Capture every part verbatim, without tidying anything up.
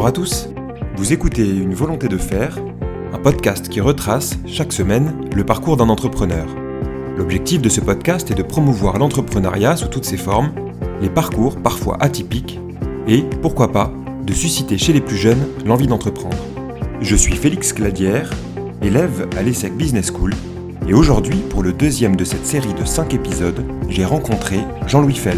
Bonjour à tous, vous écoutez Une volonté de faire, un podcast qui retrace, chaque semaine, le parcours d'un entrepreneur. L'objectif de ce podcast est de promouvoir l'entrepreneuriat sous toutes ses formes, les parcours parfois atypiques, et, pourquoi pas, de susciter chez les plus jeunes l'envie d'entreprendre. Je suis Félix Cladière, élève à l'ESSEC Business School, et aujourd'hui, pour le deuxième de cette série de cinq épisodes, j'ai rencontré Jean-Louis Fell.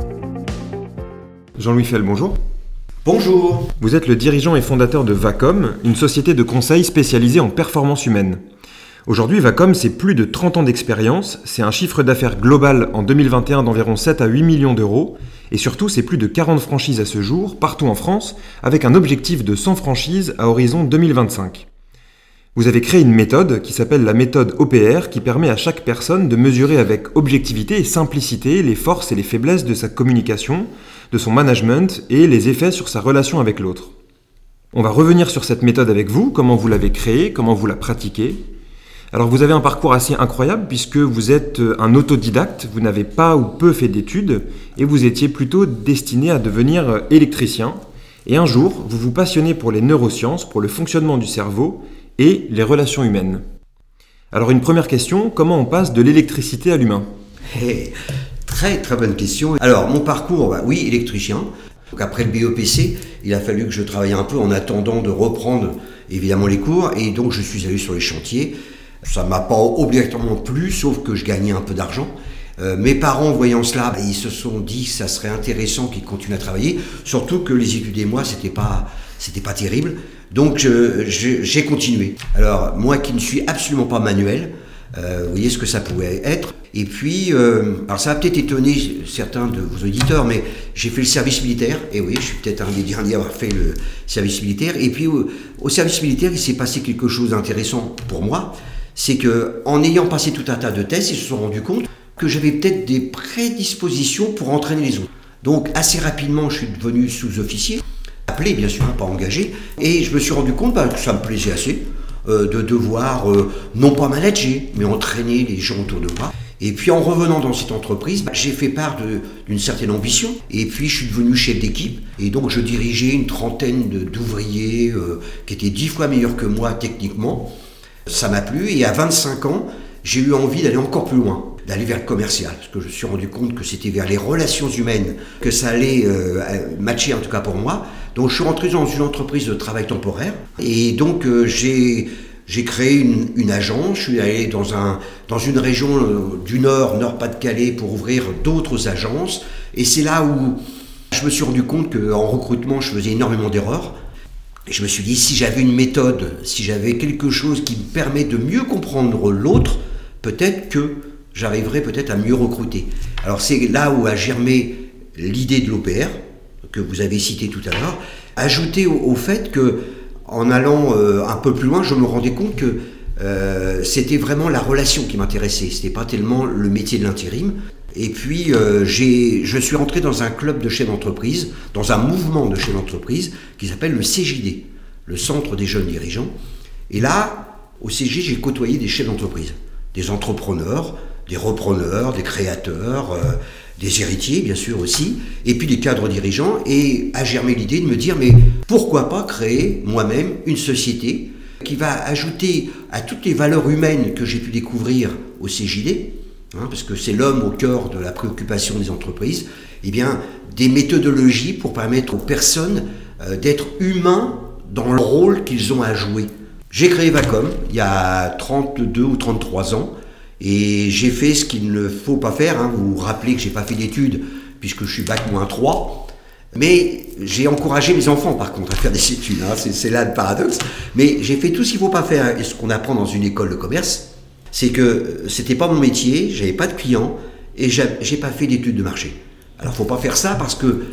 Jean-Louis Fell, bonjour. Bonjour. Vous êtes le dirigeant et fondateur de Vacom, une société de conseil spécialisée en performance humaine. Aujourd'hui, Vacom, c'est plus de trente ans d'expérience, c'est un chiffre d'affaires global en deux mille vingt et un d'environ sept à huit millions d'euros, et surtout, c'est plus de quarante franchises à ce jour, partout en France, avec un objectif de cent franchises à horizon deux mille vingt-cinq. Vous avez créé une méthode qui s'appelle la méthode O P R, qui permet à chaque personne de mesurer avec objectivité et simplicité les forces et les faiblesses de sa communication, de son management et les effets sur sa relation avec l'autre. On va revenir sur cette méthode avec vous, comment vous l'avez créée, comment vous la pratiquez. Alors vous avez un parcours assez incroyable puisque vous êtes un autodidacte, vous n'avez pas ou peu fait d'études et vous étiez plutôt destiné à devenir électricien. Et un jour, vous vous passionnez pour les neurosciences, pour le fonctionnement du cerveau et les relations humaines. Alors une première question, comment on passe de l'électricité à l'humain ? Hey, très très bonne question. Alors mon parcours, bah, oui, électricien. Donc après le B E P C, il a fallu que je travaille un peu en attendant de reprendre évidemment les cours et donc je suis allé sur les chantiers. Ça ne m'a pas obligatoirement plu, sauf que je gagnais un peu d'argent. Euh, mes parents, voyant cela, bah, ils se sont dit que ça serait intéressant qu'ils continuent à travailler, surtout que les études et moi, c'était pas, c'était pas terrible. Donc euh, je, j'ai continué. Alors moi qui ne suis absolument pas manuel, euh, vous voyez ce que ça pouvait être. Et puis, euh, alors ça va peut-être étonner certains de vos auditeurs, mais j'ai fait le service militaire. Et oui, je suis peut-être un des derniers à avoir fait le service militaire. Et puis au, au service militaire, il s'est passé quelque chose d'intéressant pour moi. C'est que en ayant passé tout un tas de tests, ils se sont rendus compte que j'avais peut-être des prédispositions pour entraîner les autres. Donc assez rapidement, je suis devenu sous-officier, appelé bien sûr, pas engagé, et je me suis rendu compte bah, que ça me plaisait assez euh, de devoir euh, non pas manager, mais entraîner les gens autour de moi. Et puis en revenant dans cette entreprise, bah, j'ai fait part de, d'une certaine ambition, et puis je suis devenu chef d'équipe, et donc je dirigeais une trentaine de, d'ouvriers euh, qui étaient dix fois meilleurs que moi techniquement. Ça m'a plu, et à vingt-cinq ans, j'ai eu envie d'aller encore plus loin, d'aller vers le commercial, parce que je me suis rendu compte que c'était vers les relations humaines que ça allait euh, matcher, en tout cas pour moi. Donc je suis rentré dans une entreprise de travail temporaire, et donc euh, j'ai, j'ai créé une, une agence, je suis allé dans, un, dans une région euh, du Nord, Nord-Pas-de-Calais, pour ouvrir d'autres agences, et c'est là où je me suis rendu compte qu'en recrutement, je faisais énormément d'erreurs. Et je me suis dit, si j'avais une méthode, si j'avais quelque chose qui me permet de mieux comprendre l'autre, peut-être que j'arriverais peut-être à mieux recruter. Alors c'est là où a germé l'idée de l'O P R, que vous avez cité tout à l'heure, ajouté au, au fait que, en allant euh, un peu plus loin, je me rendais compte que euh, c'était vraiment la relation qui m'intéressait, c'était pas tellement le métier de l'intérim. Et puis, euh, j'ai, je suis rentré dans un club de chefs d'entreprise, dans un mouvement de chefs d'entreprise qui s'appelle le C J D, le Centre des jeunes dirigeants. Et là, au C J D, j'ai côtoyé des chefs d'entreprise, des entrepreneurs, des repreneurs, des créateurs, euh, des héritiers, bien sûr aussi, et puis des cadres dirigeants. Et a germé l'idée de me dire, mais pourquoi pas créer moi-même une société qui va ajouter à toutes les valeurs humaines que j'ai pu découvrir au C J D, Hein, parce que c'est l'homme au cœur de la préoccupation des entreprises, eh bien, des méthodologies pour permettre aux personnes euh, d'être humains dans le rôle qu'ils ont à jouer. J'ai créé Vacom il y a trente-deux ou trente-trois ans, et j'ai fait ce qu'il ne faut pas faire. Hein. Vous vous rappelez que je n'ai pas fait d'études, puisque je suis bac moins trois, mais j'ai encouragé mes enfants, par contre, à faire des études. Hein. C'est, c'est là le paradoxe. Mais j'ai fait tout ce qu'il ne faut pas faire, et ce qu'on apprend dans une école de commerce, c'est que c'était pas mon métier, j'avais pas de clients et j'ai pas fait d'études de marché. Alors faut pas faire ça parce que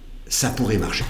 ça pourrait marcher.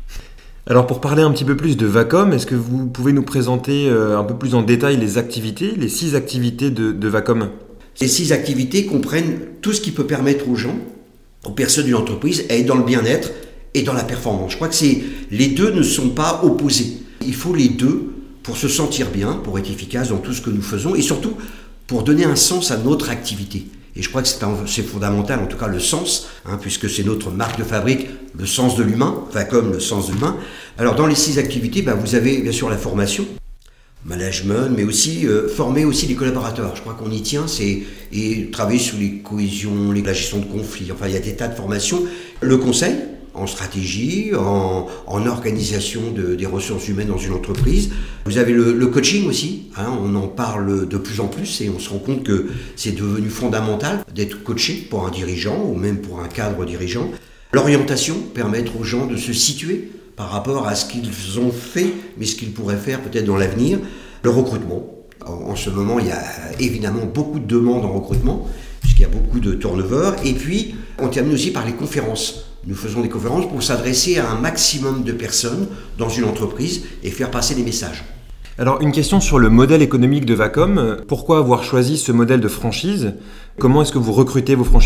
Alors pour parler un petit peu plus de Vacom, est-ce que vous pouvez nous présenter un peu plus en détail les activités, les six activités de, de Vacom ? Ces six activités comprennent tout ce qui peut permettre aux gens, aux personnes d'une entreprise, à être dans le bien-être et dans la performance. Je crois que c'est, les deux ne sont pas opposés. Il faut les deux pour se sentir bien, pour être efficace dans tout ce que nous faisons et surtout pour donner un sens à notre activité. Et je crois que c'est, un, c'est fondamental, en tout cas le sens, hein, puisque c'est notre marque de fabrique, le sens de l'humain, Vacom, le sens de l'humain. Alors dans les six activités, bah, vous avez bien sûr la formation, management, mais aussi euh, former aussi les collaborateurs. Je crois qu'on y tient, c'est et travailler sur les cohésions, les, la gestion de conflits. Enfin, il y a des tas de formations. Le conseil en stratégie, en, en organisation de, des ressources humaines dans une entreprise. Vous avez le, le coaching aussi. Hein, on en parle de plus en plus et on se rend compte que c'est devenu fondamental d'être coaché pour un dirigeant ou même pour un cadre dirigeant. L'orientation, permettre aux gens de se situer par rapport à ce qu'ils ont fait, mais ce qu'ils pourraient faire peut-être dans l'avenir. Le recrutement. En, en ce moment, il y a évidemment beaucoup de demandes en recrutement, puisqu'il y a beaucoup de turnover. Et puis, on termine aussi par les conférences. Nous faisons des conférences pour s'adresser à un maximum de personnes dans une entreprise et faire passer des messages. Alors, une question sur le modèle économique de Vacom. Pourquoi avoir choisi ce modèle de franchise ? Comment est-ce que vous recrutez vos franchisés ?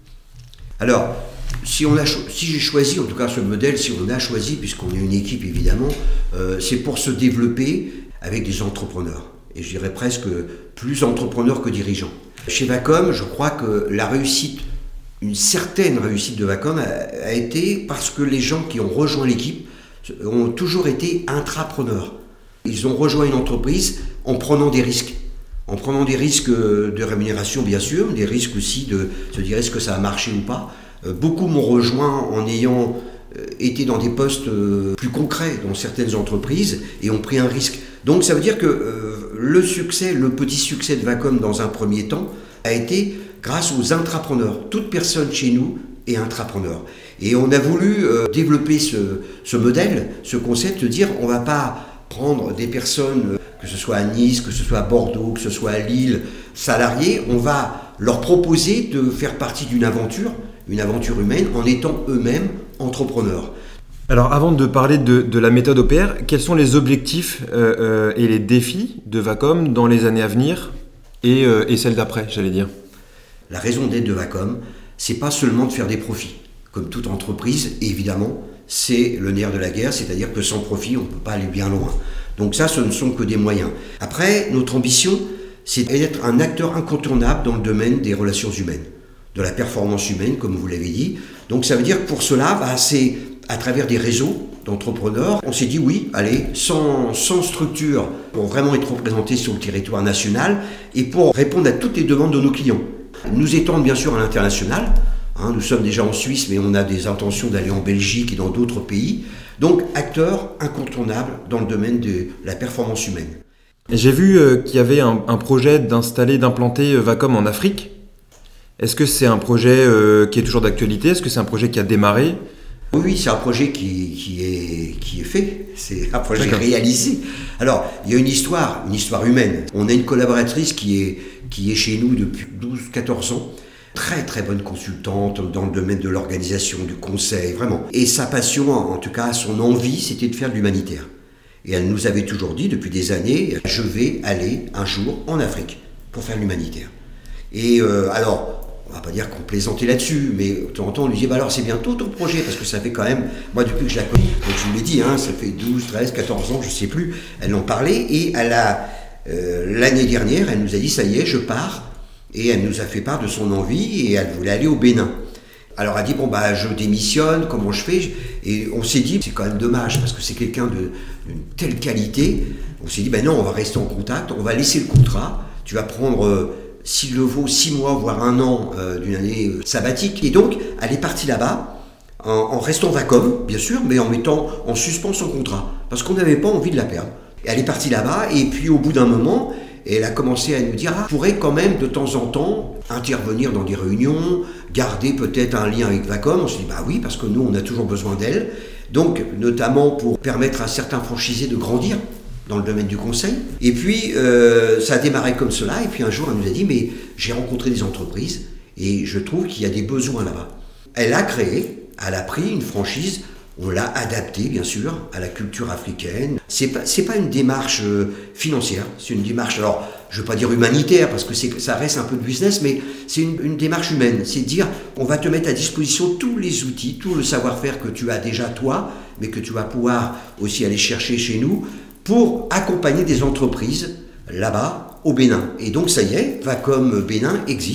Alors, Si, on a cho- si j'ai choisi, en tout cas ce modèle, si on a choisi, puisqu'on est une équipe évidemment, euh, c'est pour se développer avec des entrepreneurs. Et je dirais presque plus entrepreneurs que dirigeants. Chez Vacom, je crois que la réussite, une certaine réussite de Vacom a, a été parce que les gens qui ont rejoint l'équipe ont toujours été intrapreneurs. Ils ont rejoint une entreprise en prenant des risques. En prenant des risques de rémunération bien sûr, des risques aussi de se dire est-ce que ça a marché ou pas. Beaucoup m'ont rejoint en ayant été dans des postes plus concrets dans certaines entreprises et ont pris un risque. Donc ça veut dire que euh, le succès, le petit succès de Vacom dans un premier temps a été grâce aux intrapreneurs. Toute personne chez nous est intrapreneur. Et on a voulu euh, développer ce, ce modèle, ce concept de dire on ne va pas prendre des personnes, que ce soit à Nice, que ce soit à Bordeaux, que ce soit à Lille, salariés, on va leur proposer de faire partie d'une aventure, une aventure humaine, en étant eux-mêmes entrepreneurs. Alors avant de parler de, de la méthode O P R, quels sont les objectifs euh, euh, et les défis de Vacom dans les années à venir et, euh, et celles d'après, j'allais dire ? La raison d'être de Vacom, c'est pas seulement de faire des profits. Comme toute entreprise, évidemment, c'est le nerf de la guerre, c'est-à-dire que sans profit, on ne peut pas aller bien loin. Donc ça, ce ne sont que des moyens. Après, notre ambition, c'est d'être un acteur incontournable dans le domaine des relations humaines, de la performance humaine, comme vous l'avez dit. Donc ça veut dire que pour cela, bah, c'est à travers des réseaux d'entrepreneurs, on s'est dit oui, allez, sans, sans structure, pour vraiment être représenté sur le territoire national et pour répondre à toutes les demandes de nos clients. Nous étendre bien sûr à l'international, hein, nous sommes déjà en Suisse, mais on a des intentions d'aller en Belgique et dans d'autres pays. Donc, acteur incontournable dans le domaine de la performance humaine. Et j'ai vu euh, qu'il y avait un, un projet d'installer, d'implanter euh, Vacom en Afrique. Est-ce que c'est un projet euh, qui est toujours d'actualité ? Est-ce que c'est un projet qui a démarré ? Oui, c'est un projet qui, qui, est, qui est fait, c'est un projet D'accord. réalisé. Alors, il y a une histoire, une histoire humaine. On a une collaboratrice qui est, qui est chez nous depuis douze quatorze ans, très très bonne consultante dans le domaine de l'organisation, du conseil, vraiment. Et sa passion, en tout cas son envie, c'était de faire de l'humanitaire. Et elle nous avait toujours dit depuis des années, je vais aller un jour en Afrique pour faire de l'humanitaire. Et euh, alors... on va pas dire qu'on plaisantait là-dessus, mais de temps en temps on lui dit bah alors c'est bientôt ton projet, parce que ça fait quand même, moi depuis que je la connais, donc je vous l'ai dit, hein, ça fait douze, treize, quatorze ans, je sais plus, elle en parlait, et elle a, euh, l'année dernière, elle nous a dit ça y est, je pars, et elle nous a fait part de son envie, et elle voulait aller au Bénin. Alors elle a dit bon bah je démissionne, comment je fais ? Et on s'est dit c'est quand même dommage, parce que c'est quelqu'un de, d'une telle qualité, on s'est dit bah non, on va rester en contact, on va laisser le contrat, tu vas prendre... Euh, s'il le vaut, six mois, voire un an euh, d'une année euh, sabbatique. Et donc, elle est partie là-bas, en, en restant Vacom, bien sûr, mais en mettant en suspens son contrat, parce qu'on n'avait pas envie de la perdre. Et elle est partie là-bas, et puis au bout d'un moment, elle a commencé à nous dire ah, « je pourrais quand même de temps en temps intervenir dans des réunions, garder peut-être un lien avec Vacom ». On s'est dit « bah oui, parce que nous, on a toujours besoin d'elle ». Donc, notamment pour permettre à certains franchisés de grandir dans le domaine du conseil. Et puis, euh, ça a démarré comme cela. Et puis un jour, elle nous a dit, mais j'ai rencontré des entreprises et je trouve qu'il y a des besoins là-bas. Elle a créé, elle a pris une franchise, on l'a adaptée, bien sûr, à la culture africaine. C'est pas, c'est pas une démarche financière, c'est une démarche, alors, je ne veux pas dire humanitaire, parce que c'est, ça reste un peu de business, mais c'est une, une démarche humaine. C'est de dire, on va te mettre à disposition tous les outils, tout le savoir-faire que tu as déjà toi, mais que tu vas pouvoir aussi aller chercher chez nous, pour accompagner des entreprises là-bas au Bénin. Et donc ça y est, Vacom Bénin existe.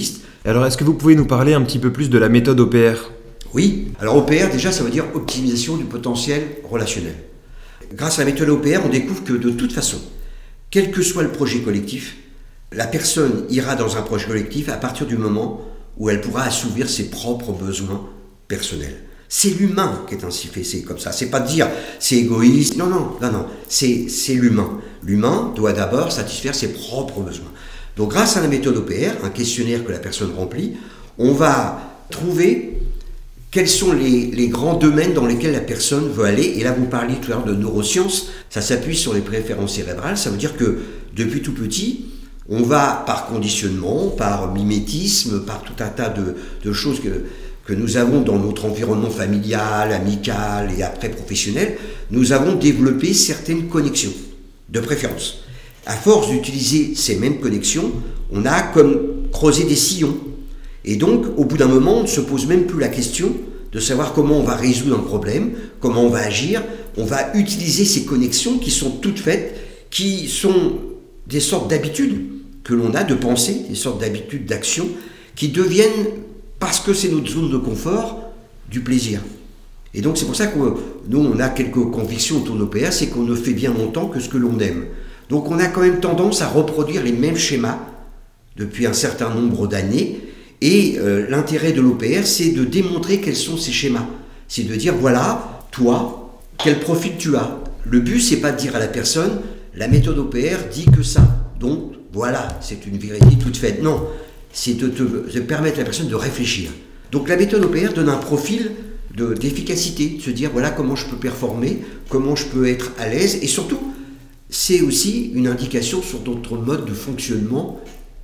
Alors, est-ce que vous pouvez nous parler un petit peu plus de la méthode O P R ? Oui, alors O P R, déjà, ça veut dire optimisation du potentiel relationnel. Grâce à la méthode O P R, on découvre que de toute façon, quel que soit le projet collectif, la personne ira dans un projet collectif à partir du moment où elle pourra assouvir ses propres besoins personnels. C'est l'humain qui est ainsi fait, c'est comme ça. C'est pas de dire c'est égoïste, non, non, non, non, c'est, c'est l'humain. L'humain doit d'abord satisfaire ses propres besoins. Donc grâce à la méthode O P R, un questionnaire que la personne remplit, on va trouver quels sont les, les grands domaines dans lesquels la personne veut aller. Et là, vous parliez tout à l'heure de neurosciences, ça s'appuie sur les préférences cérébrales. Ça veut dire que depuis tout petit, on va par conditionnement, par mimétisme, par tout un tas de, de choses que, que nous avons dans notre environnement familial, amical et après professionnel, nous avons développé certaines connexions de préférence. À force d'utiliser ces mêmes connexions, on a comme creusé des sillons. Et donc, au bout d'un moment, on ne se pose même plus la question de savoir comment on va résoudre un problème, comment on va agir. On va utiliser ces connexions qui sont toutes faites, qui sont des sortes d'habitudes que l'on a de pensée, des sortes d'habitudes d'action, qui deviennent, parce que c'est notre zone de confort, du plaisir. Et donc, c'est pour ça que nous, on a quelques convictions autour de l'O P R, c'est qu'on ne fait bien longtemps que ce que l'on aime. Donc on a quand même tendance à reproduire les mêmes schémas depuis un certain nombre d'années. Et euh, l'intérêt de l'O P R, c'est de démontrer quels sont ces schémas. C'est de dire, voilà, toi, quel profil tu as. Le but, c'est pas de dire à la personne, la méthode O P R dit que ça. Donc, voilà, c'est une vérité toute faite. Non, c'est de, te, de permettre à la personne de réfléchir. Donc la méthode O P R donne un profil de, d'efficacité, de se dire, voilà comment je peux performer, comment je peux être à l'aise, et surtout, c'est aussi une indication sur notre mode de fonctionnement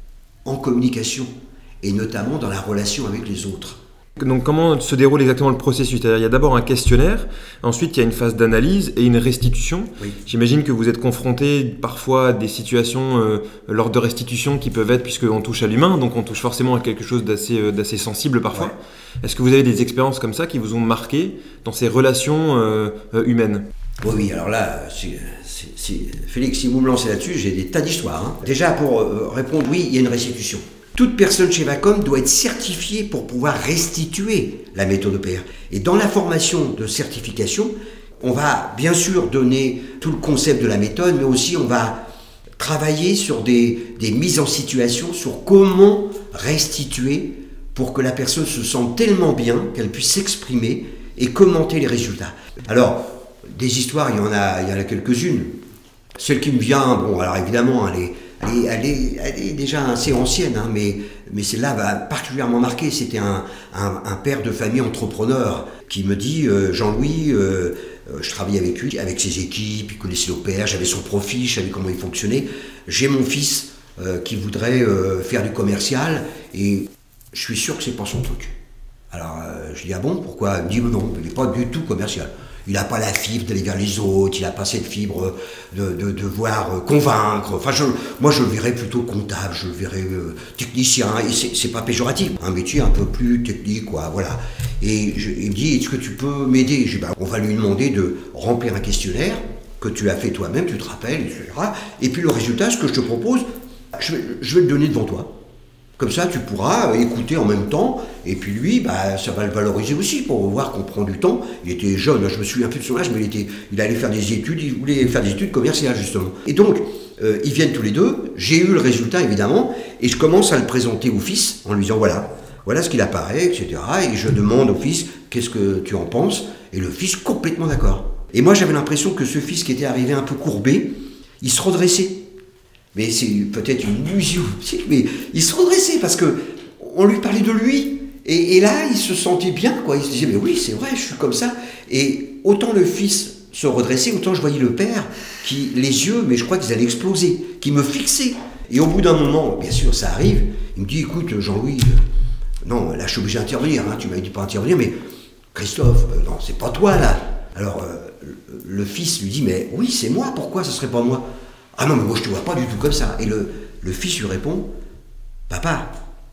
en communication, et notamment dans la relation avec les autres. Donc comment se déroule exactement le processus ? C'est-à-dire, il y a d'abord un questionnaire, ensuite il y a une phase d'analyse et une restitution. Oui. J'imagine que vous êtes confronté parfois à des situations euh, lors de restitution qui peuvent être, puisqu'on touche à l'humain, donc on touche forcément à quelque chose d'assez, euh, d'assez sensible parfois. Ouais. Est-ce que vous avez des expériences comme ça qui vous ont marqué dans ces relations euh, euh, humaines ? Oui, oui, alors là, c'est, c'est, c'est... Félix, si vous me lancez là-dessus, j'ai des tas d'histoires. Hein. Déjà, pour euh, répondre, oui, il y a une restitution. Toute personne chez Vacom doit être certifiée pour pouvoir restituer la méthode O P R. Et dans la formation de certification, on va bien sûr donner tout le concept de la méthode, mais aussi on va travailler sur des, des mises en situation, sur comment restituer pour que la personne se sente tellement bien qu'elle puisse s'exprimer et commenter les résultats. Alors, des histoires, il y en a, il y en a quelques-unes. Celle qui me vient, bon, alors évidemment, elle est, elle est, elle est, elle est déjà assez ancienne, hein, mais, mais celle-là va particulièrement marquer. C'était un, un, un père de famille entrepreneur qui me dit, euh, Jean-Louis, euh, je travaillais avec lui, avec ses équipes, il connaissait l'O P R, j'avais son profil, je savais comment il fonctionnait. J'ai mon fils euh, qui voudrait euh, faire du commercial et je suis sûr que c'est pas son truc. Alors, euh, je dis, ah bon, pourquoi ? Il me dit, non, il n'est pas du tout commercial. Il n'a pas la fibre d'aller vers les autres, il n'a pas cette fibre de, de, de devoir convaincre. Enfin, je, moi, je le verrais plutôt comptable, je le verrais euh, technicien, et c'est, c'est pas péjoratif. Un métier un peu plus technique, quoi, voilà. Et je, il me dit, est-ce que tu peux m'aider ? Je dis, bah, on va lui demander de remplir un questionnaire que tu as fait toi-même, tu te rappelles, et cetera. Et puis le résultat, ce que je te propose, je vais, je vais le donner devant toi. Comme ça, tu pourras écouter en même temps, et puis lui, bah, ça va le valoriser aussi, pour voir qu'on prend du temps. Il était jeune, je me souviens plus de son âge, mais il, était, il allait faire des études, il voulait faire des études commerciales, justement. Et donc, euh, ils viennent tous les deux, j'ai eu le résultat, évidemment, et je commence à le présenter au fils, en lui disant, voilà, voilà ce qu'il apparaît, et cetera. Et je demande au fils, qu'est-ce que tu en penses ? Et le fils, complètement d'accord. Et moi, j'avais l'impression que ce fils qui était arrivé un peu courbé, il se redressait. Mais c'est peut-être une illusion, mais il se redressait parce que on lui parlait de lui. Et, et là, il se sentait bien, quoi. Il se disait, mais oui, c'est vrai, je suis comme ça. Et autant le fils se redressait, autant je voyais le père qui, les yeux, mais je crois qu'ils allaient exploser, qui me fixait. Et au bout d'un moment, bien sûr, ça arrive, il me dit, écoute, Jean-Louis, euh, non, là, je suis obligé d'intervenir, hein, tu m'avais dit pas intervenir, mais Christophe, euh, non, c'est pas toi, là. Alors, euh, le, le fils lui dit, mais oui, c'est moi, pourquoi ce serait pas moi ? Ah non, mais moi je te vois pas du tout comme ça. Et le, le fils lui répond, papa,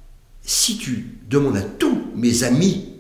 si tu demandes à tous mes amis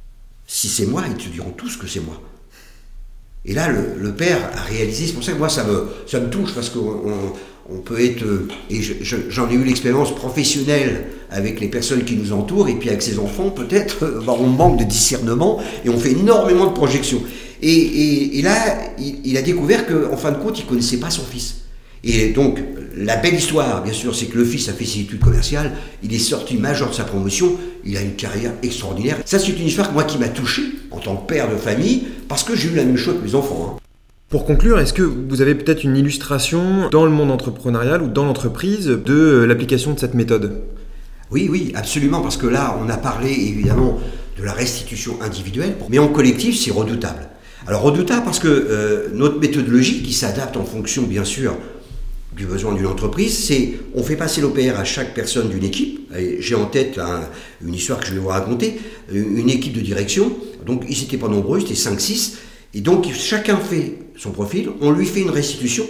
si c'est moi, ils te diront tous que c'est moi. Et là, le, le père a réalisé, c'est pour ça que moi ça me, ça me touche, parce qu'on on peut être, et je, je, j'en ai eu l'expérience professionnelle avec les personnes qui nous entourent, et puis avec ses enfants, peut-être, bah, on manque de discernement, et on fait énormément de projections. Et, et, et là, il, il a découvert qu'en fin de compte, il ne connaissait pas son fils. Et donc, la belle histoire, bien sûr, c'est que le fils a fait ses études commerciales, il est sorti major de sa promotion, il a une carrière extraordinaire. Ça, c'est une histoire, moi, qui m'a touché en tant que père de famille, parce que j'ai eu la même chose que mes enfants. Hein. Pour conclure, est-ce que vous avez peut-être une illustration dans le monde entrepreneurial ou dans l'entreprise de l'application de cette méthode ? Oui, oui, absolument, parce que là, on a parlé, évidemment, de la restitution individuelle, mais en collectif, c'est redoutable. Alors, redoutable parce que euh, notre méthodologie, qui s'adapte en fonction, bien sûr, du besoin d'une entreprise, c'est on fait passer l'O P R à chaque personne d'une équipe. Et j'ai en tête un, une histoire que je vais vous raconter, une équipe de direction, donc ils n'étaient pas nombreux, c'était cinq six, et donc chacun fait son profil, on lui fait une restitution,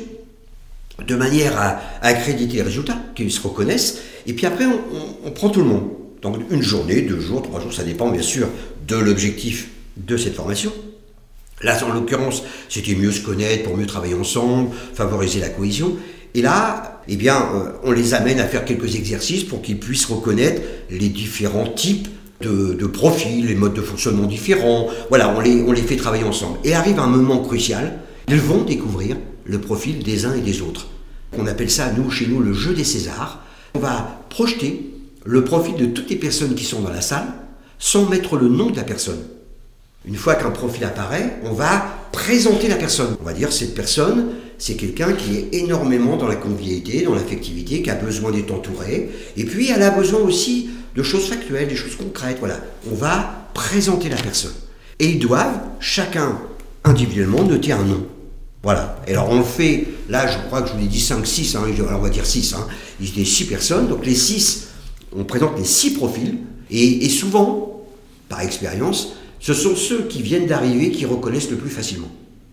de manière à, à accréditer les résultats, qu'ils se reconnaissent, et puis après on, on, on prend tout le monde. Donc une journée, deux jours, trois jours, ça dépend bien sûr de l'objectif de cette formation. Là, en l'occurrence, c'était mieux se connaître, pour mieux travailler ensemble, favoriser la cohésion. Et là, eh bien, euh, on les amène à faire quelques exercices pour qu'ils puissent reconnaître les différents types de, de profils, les modes de fonctionnement différents. Voilà, on les, on les fait travailler ensemble. Et arrive un moment crucial, ils vont découvrir le profil des uns et des autres. On appelle ça, nous, chez nous, le jeu des Césars. On va projeter le profil de toutes les personnes qui sont dans la salle sans mettre le nom de la personne. Une fois qu'un profil apparaît, on va présenter la personne. On va dire cette personne, c'est quelqu'un qui est énormément dans la convivialité, dans l'affectivité, qui a besoin d'être entouré. Et puis, elle a besoin aussi de choses factuelles, des choses concrètes. Voilà, on va présenter la personne. Et ils doivent, chacun individuellement, noter un nom. Voilà. Et alors, on le fait, là, je crois que je vous l'ai dit cinq six, hein, alors on va dire six. Hein. Ils étaient six personnes, donc les six, on présente les six profils. Et, et souvent, par expérience, ce sont ceux qui viennent d'arriver qui reconnaissent le plus facilement.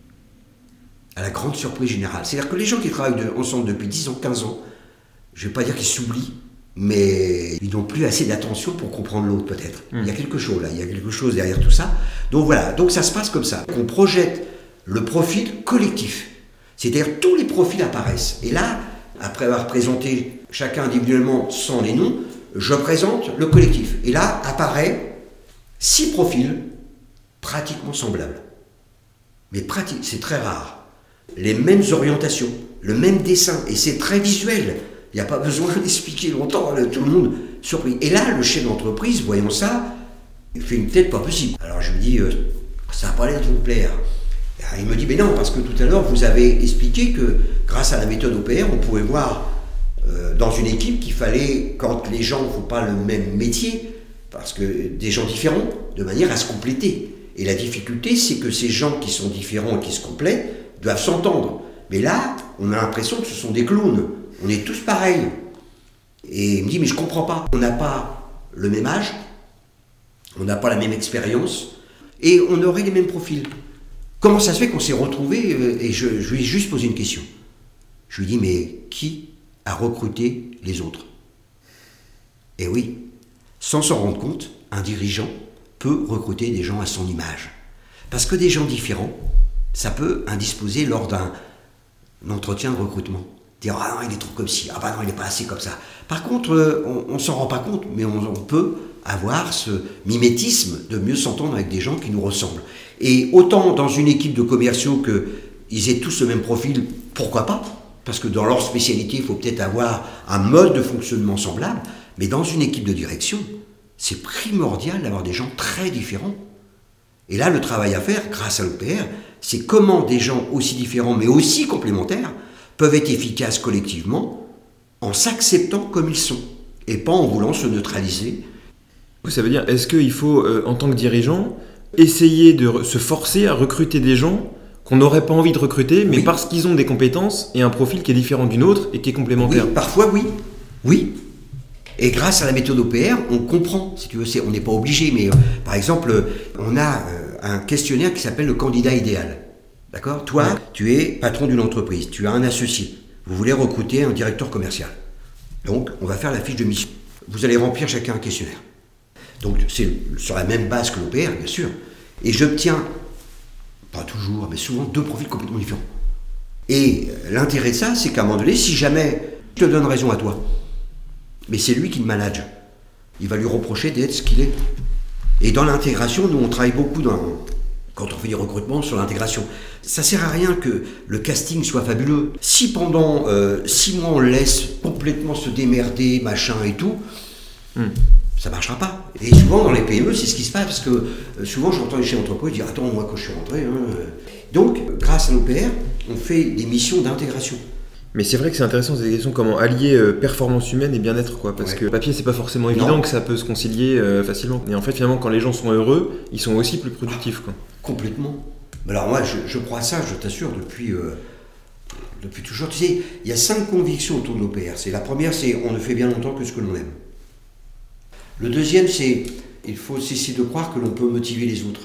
À la grande surprise générale. C'est-à-dire que les gens qui travaillent de, ensemble depuis dix ans, quinze ans, je ne vais pas dire qu'ils s'oublient, mais ils n'ont plus assez d'attention pour comprendre l'autre peut-être. Mmh. Il y a quelque chose là, il y a quelque chose derrière tout ça. Donc voilà, donc ça se passe comme ça. On projette le profil collectif. C'est-à-dire tous les profils apparaissent. Et là, après avoir présenté chacun individuellement sans les noms, je présente le collectif. Et là, apparaît six profils pratiquement semblables. Mais pratique, c'est très rare. Les mêmes orientations, le même dessin, et c'est très visuel. Il n'y a pas besoin d'expliquer longtemps, tout le monde surpris. Et là, le chef d'entreprise, voyant ça, il fait une tête pas possible. Alors je lui dis, euh, ça n'a pas l'air de vous plaire. Alors, il me dit, mais non, parce que tout à l'heure, vous avez expliqué que grâce à la méthode O P R, on pouvait voir euh, dans une équipe qu'il fallait, quand les gens ne font pas le même métier, parce que des gens différents, de manière à se compléter. Et la difficulté, c'est que ces gens qui sont différents et qui se complètent doivent s'entendre. Mais là, on a l'impression que ce sont des clowns. On est tous pareils. Et il me dit, mais je ne comprends pas. On n'a pas le même âge, on n'a pas la même expérience, et on aurait les mêmes profils. Comment ça se fait qu'on s'est retrouvés? Et je, je lui ai juste posé une question. Je lui ai dit, mais qui a recruté les autres? Et oui, sans s'en rendre compte, un dirigeant peut recruter des gens à son image. Parce que des gens différents, ça peut indisposer lors d'un entretien de recrutement. Dire, ah non, il est trop comme ci, ah bah non, il n'est pas assez comme ça. Par contre, on ne s'en rend pas compte, mais on, on peut avoir ce mimétisme de mieux s'entendre avec des gens qui nous ressemblent. Et autant dans une équipe de commerciaux qu'ils aient tous le même profil, pourquoi pas? Parce que dans leur spécialité, il faut peut-être avoir un mode de fonctionnement semblable, mais dans une équipe de direction, c'est primordial d'avoir des gens très différents. Et là, le travail à faire, grâce à l'O P R, c'est comment des gens aussi différents, mais aussi complémentaires, peuvent être efficaces collectivement en s'acceptant comme ils sont, et pas en voulant se neutraliser. Ça veut dire, est-ce qu'il faut, euh, en tant que dirigeant, essayer de re- se forcer à recruter des gens qu'on n'aurait pas envie de recruter, mais oui, parce qu'ils ont des compétences et un profil qui est différent d'une autre et qui est complémentaire? Oui, parfois oui. Oui. Et grâce à la méthode O P R, on comprend, si tu veux, c'est, on n'est pas obligé, mais euh, par exemple, on a euh, un questionnaire qui s'appelle le candidat idéal. D'accord? Toi, ouais, tu es patron d'une entreprise, tu as un associé, vous voulez recruter un directeur commercial. Donc, on va faire la fiche de mission. Vous allez remplir chacun un questionnaire. Donc, c'est sur la même base que l'O P R, bien sûr. Et j'obtiens, pas toujours, mais souvent, deux profils complètement différents. Et l'intérêt de ça, c'est qu'à un moment donné, si jamais il te donne raison à toi, mais c'est lui qui le manage, il va lui reprocher d'être ce qu'il est. Et dans l'intégration, nous on travaille beaucoup dans, quand on fait du recrutement sur l'intégration. Ça sert à rien que le casting soit fabuleux. Si pendant euh, six mois on le laisse complètement se démerder, machin et tout, hmm. ça marchera pas. Et souvent dans les P M E, c'est ce qui se passe, parce que euh, souvent j'entends les chefs d'entreprise dire « Attends, moi quand je suis rentré... Hein, euh... » Donc, grâce à l'O P R, on fait des missions d'intégration. Mais c'est vrai que c'est intéressant cette question, comment allier euh, performance humaine et bien-être, quoi. Parce ouais. que le papier, c'est pas forcément évident non. que ça peut se concilier euh, facilement. Et en fait, finalement, quand les gens sont heureux, ils sont aussi plus productifs, quoi. Complètement. Alors moi, je, je crois ça, je t'assure, depuis, euh, depuis toujours. Tu sais, il y a cinq convictions autour de l'O P R. C'est, la première, c'est on ne fait bien longtemps que ce que l'on aime. Le deuxième, c'est il faut cesser de croire que l'on peut motiver les autres.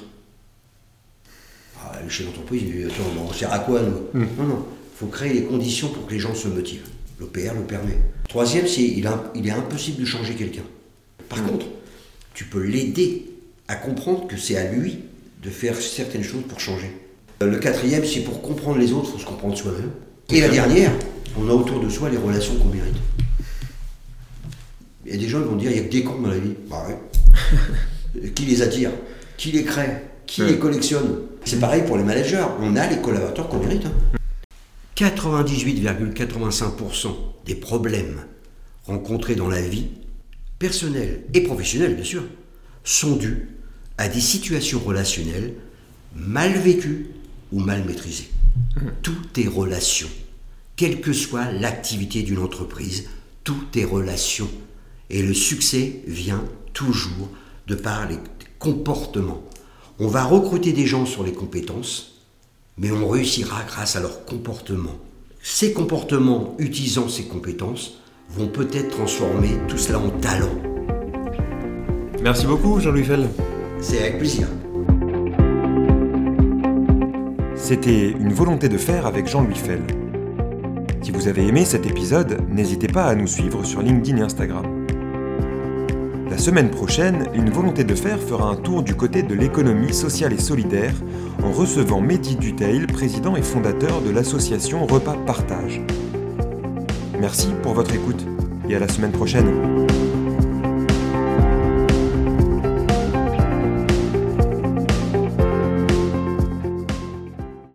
Ah, le chef d'entreprise, il dit, attends, bon, on sert à quoi, nous mmh. Non, non. Il faut créer les conditions pour que les gens se motivent. L'O P R le permet. Troisième, c'est il, il est impossible de changer quelqu'un. Par mmh. contre, tu peux l'aider à comprendre que c'est à lui de faire certaines choses pour changer. Le quatrième, c'est pour comprendre les autres, il faut se comprendre soi-même. Et la dernière, on a autour de soi les relations qu'on mérite. Il y a des gens qui vont dire, il n'y a que des cons dans la vie. Bah ouais. Qui les attire? Qui les crée? Qui ouais. les collectionne? C'est pareil pour les managers. On a les collaborateurs qu'on mérite. Hein. quatre-vingt-dix-huit virgule quatre-vingt-cinq pour cent des problèmes rencontrés dans la vie, personnelle et professionnelle bien sûr, sont dus à des situations relationnelles mal vécues ou mal maîtrisées. Mmh. Tout est relation. Quelle que soit l'activité d'une entreprise, tout est relation. Et le succès vient toujours de par les comportements. On va recruter des gens sur les compétences, mais on réussira grâce à leur comportement. Ces comportements, utilisant ces compétences, vont peut-être transformer tout cela en talent. Merci beaucoup, Jean-Louis Fell. C'est avec plaisir. C'était Une volonté de faire avec Jean-Louis Fell. Si vous avez aimé cet épisode, n'hésitez pas à nous suivre sur LinkedIn et Instagram. La semaine prochaine, Une volonté de faire fera un tour du côté de l'économie sociale et solidaire en recevant Mehdi Dutheil, président et fondateur de l'association Repas Partage. Merci pour votre écoute et à la semaine prochaine.